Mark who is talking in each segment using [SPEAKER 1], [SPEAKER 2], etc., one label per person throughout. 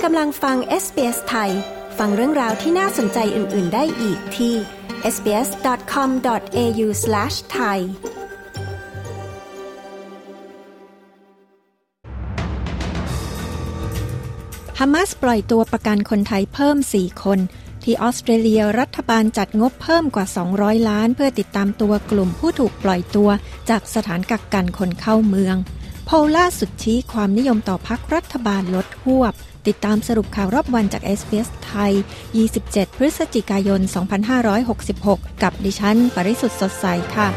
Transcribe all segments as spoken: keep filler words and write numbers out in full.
[SPEAKER 1] กำลังฟัง เอส บี เอส ไทยฟังเรื่องราวที่น่าสนใจอื่นๆได้อีกที่ เอส บี เอส ดอท คอม ดอท เอ ยู สแลช ไทยฮามาสปล่อยตัวประกันคนไทยเพิ่มสี่คนที่ออสเตรเลียรัฐบาลจัดงบเพิ่มกว่าสองร้อยล้านเพื่อติดตามตัวกลุ่มผู้ถูกปล่อยตัวจากสถานกักกันคนเข้าเมืองโพลล่าสุดชี้ความนิยมต่อพรรครัฐบาลลดฮวบติดตามสรุปข่าวรอบวันจาก เอส บี เอส ไทยยี่สิบเจ็ดพฤศจิกายนสองพันห้าร้อยหกสิบหกกับดิฉันปริสุทธิ์สดใสค่ะ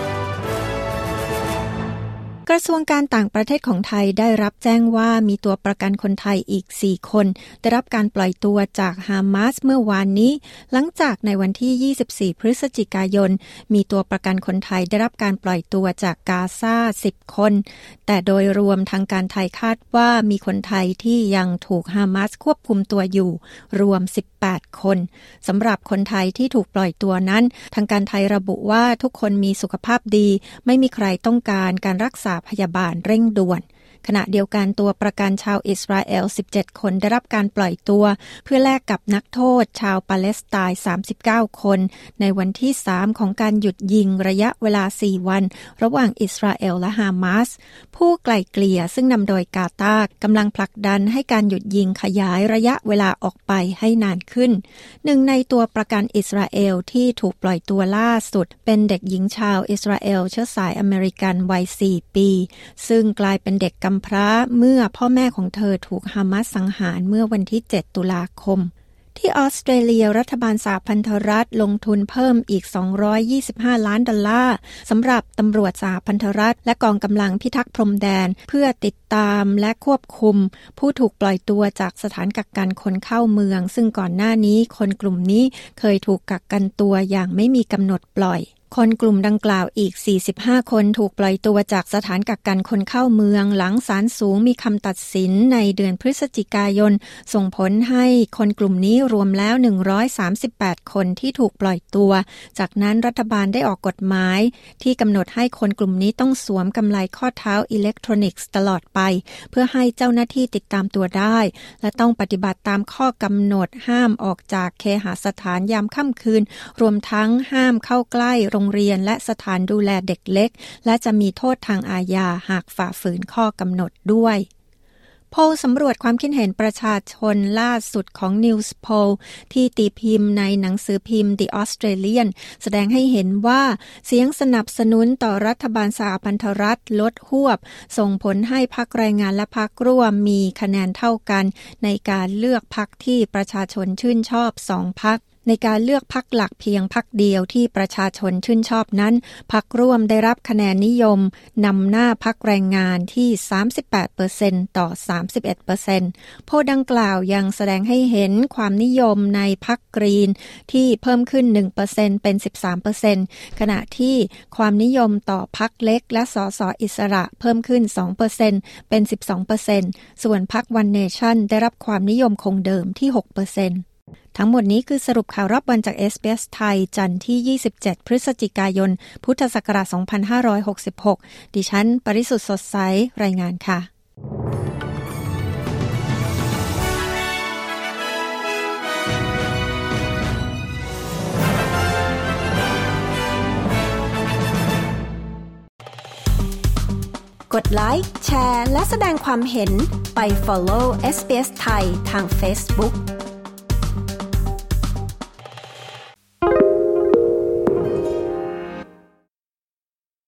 [SPEAKER 1] กระทรวงการต่างประเทศของไทยได้รับแจ้งว่ามีตัวประกันคนไทยอีกสี่คนได้รับการปล่อยตัวจากฮามาสเมื่อวานนี้หลังจากในวันที่ยี่สิบสี่พฤศจิกายนมีตัวประกันคนไทยได้รับการปล่อยตัวจากกาซาสิบคนแต่โดยรวมทางการไทยคาดว่ามีคนไทยที่ยังถูกฮามาสควบคุมตัวอยู่รวมสิบแปดคนสำหรับคนไทยที่ถูกปล่อยตัวนั้นทางการไทยระบุว่าทุกคนมีสุขภาพดีไม่มีใครต้องการการรักษาพยาบาลเร่งด่วนขณะเดียวกันตัวประกันชาวอิสราเอลสิบเจ็ดคนได้รับการปล่อยตัวเพื่อแลกกับนักโทษชาวปาเลสไตน์สามสิบเก้าคนในวันที่สามของการหยุดยิงระยะเวลาสี่วันระหว่างอิสราเอลและฮามาสผู้ไกล่เกลี่ยซึ่งนำโดยกาตาร์กำลังผลักดันให้การหยุดยิงขยายระยะเวลาออกไปให้นานขึ้นหนึ่งในตัวประกันอิสราเอลที่ถูกปล่อยตัวล่าสุดเป็นเด็กหญิงชาวอิสราเอลเชื้อสายอเมริกันวัยสี่ปีซึ่งกลายเป็นเด็กกำพร้าเมื่อพ่อแม่ของเธอถูกฮามาสสังหารเมื่อวันที่เจ็ดตุลาคมที่ออสเตรเลียรัฐบาลสหพันธรัฐลงทุนเพิ่มอีกสองร้อยยี่สิบห้าล้านดอลลาร์สำหรับตำรวจสหพันธรัฐและกองกำลังพิทักษ์พรมแดนเพื่อติดตามและควบคุมผู้ถูกปล่อยตัวจากสถานกักกันคนเข้าเมืองซึ่งก่อนหน้านี้คนกลุ่มนี้เคยถูกกักกันตัวอย่างไม่มีกำหนดปล่อยคนกลุ่มดังกล่าวอีกสี่สิบห้าคนถูกปล่อยตัวจากสถานกักกันคนเข้าเมืองหลังศาลสูงมีคำตัดสินในเดือนพฤศจิกายนส่งผลให้คนกลุ่มนี้รวมแล้วหนึ่งร้อยสามสิบแปดคนที่ถูกปล่อยตัวจากนั้นรัฐบาลได้ออกกฎหมายที่กำหนดให้คนกลุ่มนี้ต้องสวมกำไลข้อเท้าอิเล็กทรอนิกส์ตลอดไปเพื่อให้เจ้าหน้าที่ติดตามตัวได้และต้องปฏิบัติตามข้อกำหนดห้ามออกจากเคหสถานยามค่ำคืนรวมทั้งห้ามเข้าใกล้โรงเรียนและสถานดูแลเด็กเล็กและจะมีโทษทางอาญาหากฝ่าฝืนข้อกำหนดด้วยโพลสำรวจความคิดเห็นประชาชนล่าสุดของ Newspoll ที่ตีพิมพ์ในหนังสือพิมพ์ The Australian แสดงให้เห็นว่าเสียงสนับสนุนต่อรัฐบาลสหพันธรัฐลดฮวบส่งผลให้พรรคแรงงานและพรรคร่วมมีคะแนนเท่ากันในการเลือกพรรคที่ประชาชนชื่นชอบสองพรรคในการเลือกพรรคหลักเพียงพรรคเดียวที่ประชาชนชื่นชอบนั้นพรรคร่วมได้รับคะแนนนิยมนำหน้าพรรคแรงงานที่ สามสิบแปดเปอร์เซ็นต์ ต่อ สามสิบเอ็ดเปอร์เซ็นต์ โพลดังกล่าวยังแสดงให้เห็นความนิยมในพรรคกรีนที่เพิ่มขึ้น หนึ่งเปอร์เซ็นต์ เป็น สิบสามเปอร์เซ็นต์ ขณะที่ความนิยมต่อพรรคเล็กและสสอิสระเพิ่มขึ้น สองเปอร์เซ็นต์ เป็น สิบสองเปอร์เซ็นต์ ส่วนพรรค One Nation ได้รับความนิยมคงเดิมที่ หกเปอร์เซ็นต์ทั้งหมดนี้คือสรุปข่าวรอบวันจาก เอส บี เอส ไทยจันทร์ที่ยี่สิบเจ็ดพฤศจิกายนพุทธศักราชสองพันห้าร้อยหกสิบหกดิฉันปริสุทธิ์สดใสรายงานค่ะกดไลค์แชร์และแสดงความเห็นไป follow เอส บี เอส ไทยทาง Facebook